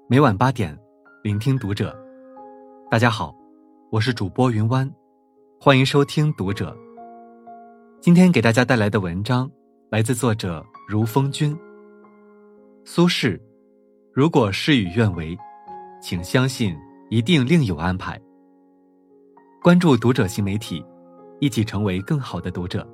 每晚8点，聆听读者。大家好，我是主播云湾，欢迎收听读者。今天给大家带来的文章来自作者如风君。苏轼，如果事与愿违，请相信一定另有安排。关注读者新媒体，一起成为更好的读者。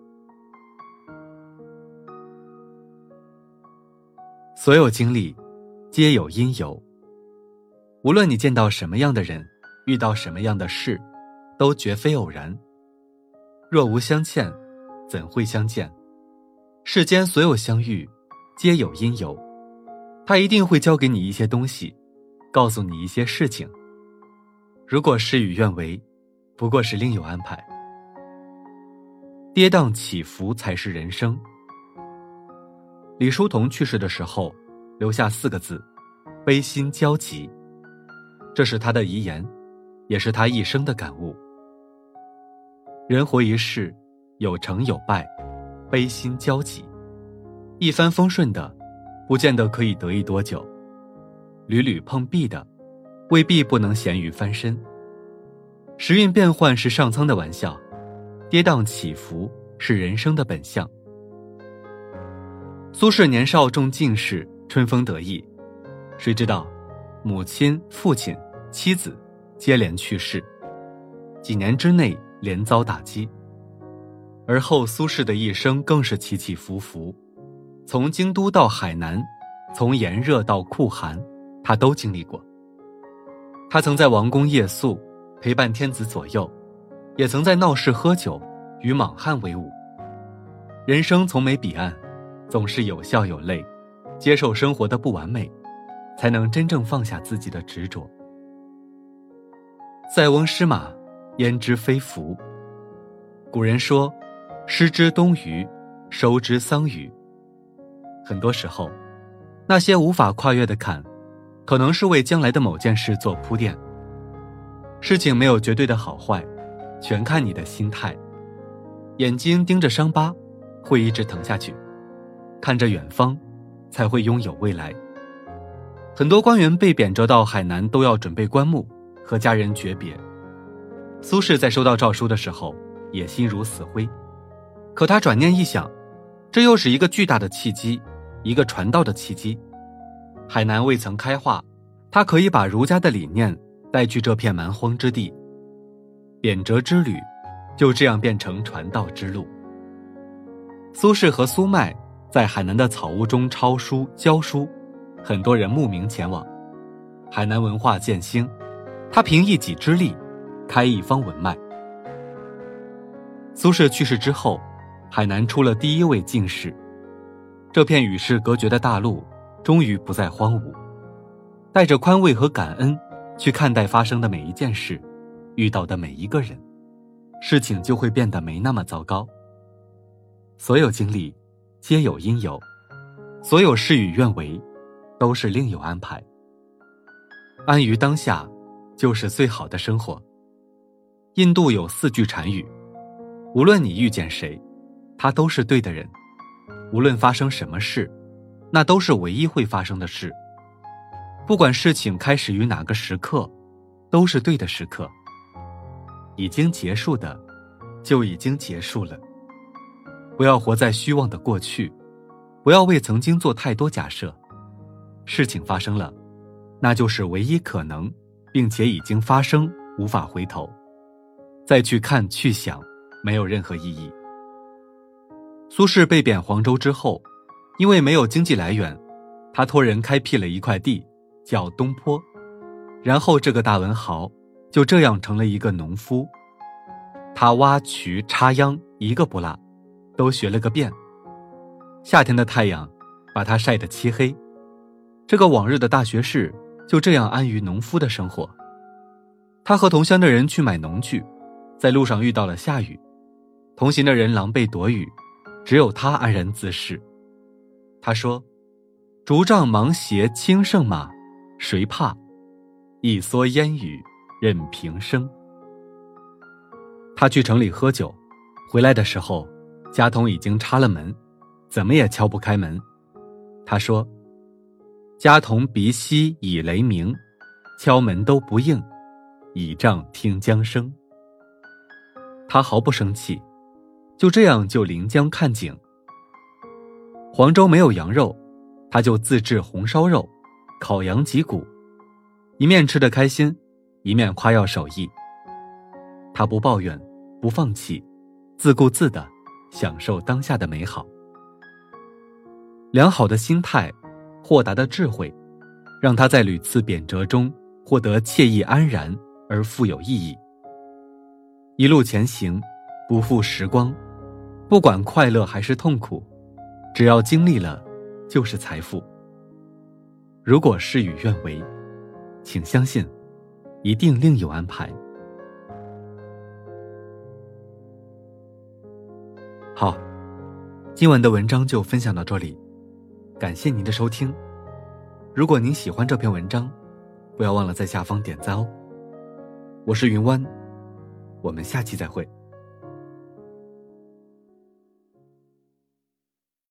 所有经历皆有因由，无论你见到什么样的人，遇到什么样的事，都绝非偶然。若无相欠，怎会相见？世间所有相遇皆有因由，他一定会教给你一些东西，告诉你一些事情。如果事与愿违，不过是另有安排。跌宕起伏才是人生。李叔同去世的时候留下4个字：悲心交集。这是他的遗言，也是他一生的感悟。人活一世，有成有败，悲心交集。一帆风顺的，不见得可以得意多久；屡屡碰壁的，未必不能咸鱼翻身。时运变幻是上苍的玩笑，跌宕起伏是人生的本相。苏轼年少中进士，春风得意，谁知道母亲、父亲、妻子接连去世，几年之内连遭打击。而后苏轼的一生更是起起伏伏，从京都到海南，从炎热到酷寒，他都经历过。他曾在王宫夜宿，陪伴天子左右，也曾在闹市喝酒，与莽汉为伍。人生从没彼岸，总是有笑有泪，接受生活的不完美，才能真正放下自己的执着。塞翁失马，焉知非福。古人说，失之东隅，收之桑榆。很多时候，那些无法跨越的坎，可能是为将来的某件事做铺垫。事情没有绝对的好坏，全看你的心态。眼睛盯着伤疤，会一直疼下去；看着远方，才会拥有未来。很多官员被贬谪到海南，都要准备棺木，和家人诀别。苏轼在收到诏书的时候，也心如死灰。可他转念一想，这又是一个巨大的契机，一个传道的契机。海南未曾开化，他可以把儒家的理念带去这片蛮荒之地。贬谪之旅就这样变成传道之路。苏轼和苏迈在海南的草屋中抄书教书，很多人慕名前往。海南文化渐兴，他凭一己之力开一方文脉。苏轼去世之后，海南出了第1位进士。这片与世隔绝的大陆终于不再荒芜，带着宽慰和感恩去看待发生的每一件事，遇到的每一个人，事情就会变得没那么糟糕。所有经历皆有因由，所有事与愿违都是另有安排。安于当下就是最好的生活。印度有4句禅语，无论你遇见谁，他都是对的人；无论发生什么事，那都是唯一会发生的事。不管事情开始于哪个时刻，都是对的时刻。已经结束的就已经结束了。不要活在虚妄的过去，不要为曾经做太多假设。事情发生了，那就是唯一可能，并且已经发生，无法回头。再去看去想，没有任何意义。苏轼被贬黄州之后，因为没有经济来源，他托人开辟了一块地，叫东坡。然后这个大文豪就这样成了一个农夫。他挖渠插秧一个不落，都学了个遍。夏天的太阳把他晒得漆黑，这个往日的大学士就这样安于农夫的生活。他和同乡的人去买农具，在路上遇到了下雨，同行的人狼狈躲雨，只有他安然自适。他说，竹杖芒鞋轻胜马，谁怕？一蓑烟雨任平生。他去城里喝酒，回来的时候家童已经插了门，怎么也敲不开门。他说， 家童鼻息已雷鸣，敲门都不应，倚杖听江声。他毫不生气，就这样就临江看景。黄州没有羊肉，他就自制红烧肉，烤羊脊骨，一面吃得开心，一面夸耀手艺。他不抱怨，不放弃，自顾自地享受当下的美好。良好的心态，豁达的智慧，让他在屡次贬谪中获得惬意安然而富有意义。一路前行，不负时光，不管快乐还是痛苦，只要经历了，就是财富。如果事与愿违，请相信，一定另有安排。好，今晚的文章就分享到这里，感谢您的收听。如果您喜欢这篇文章，不要忘了在下方点赞哦。我是云湾，我们下期再会。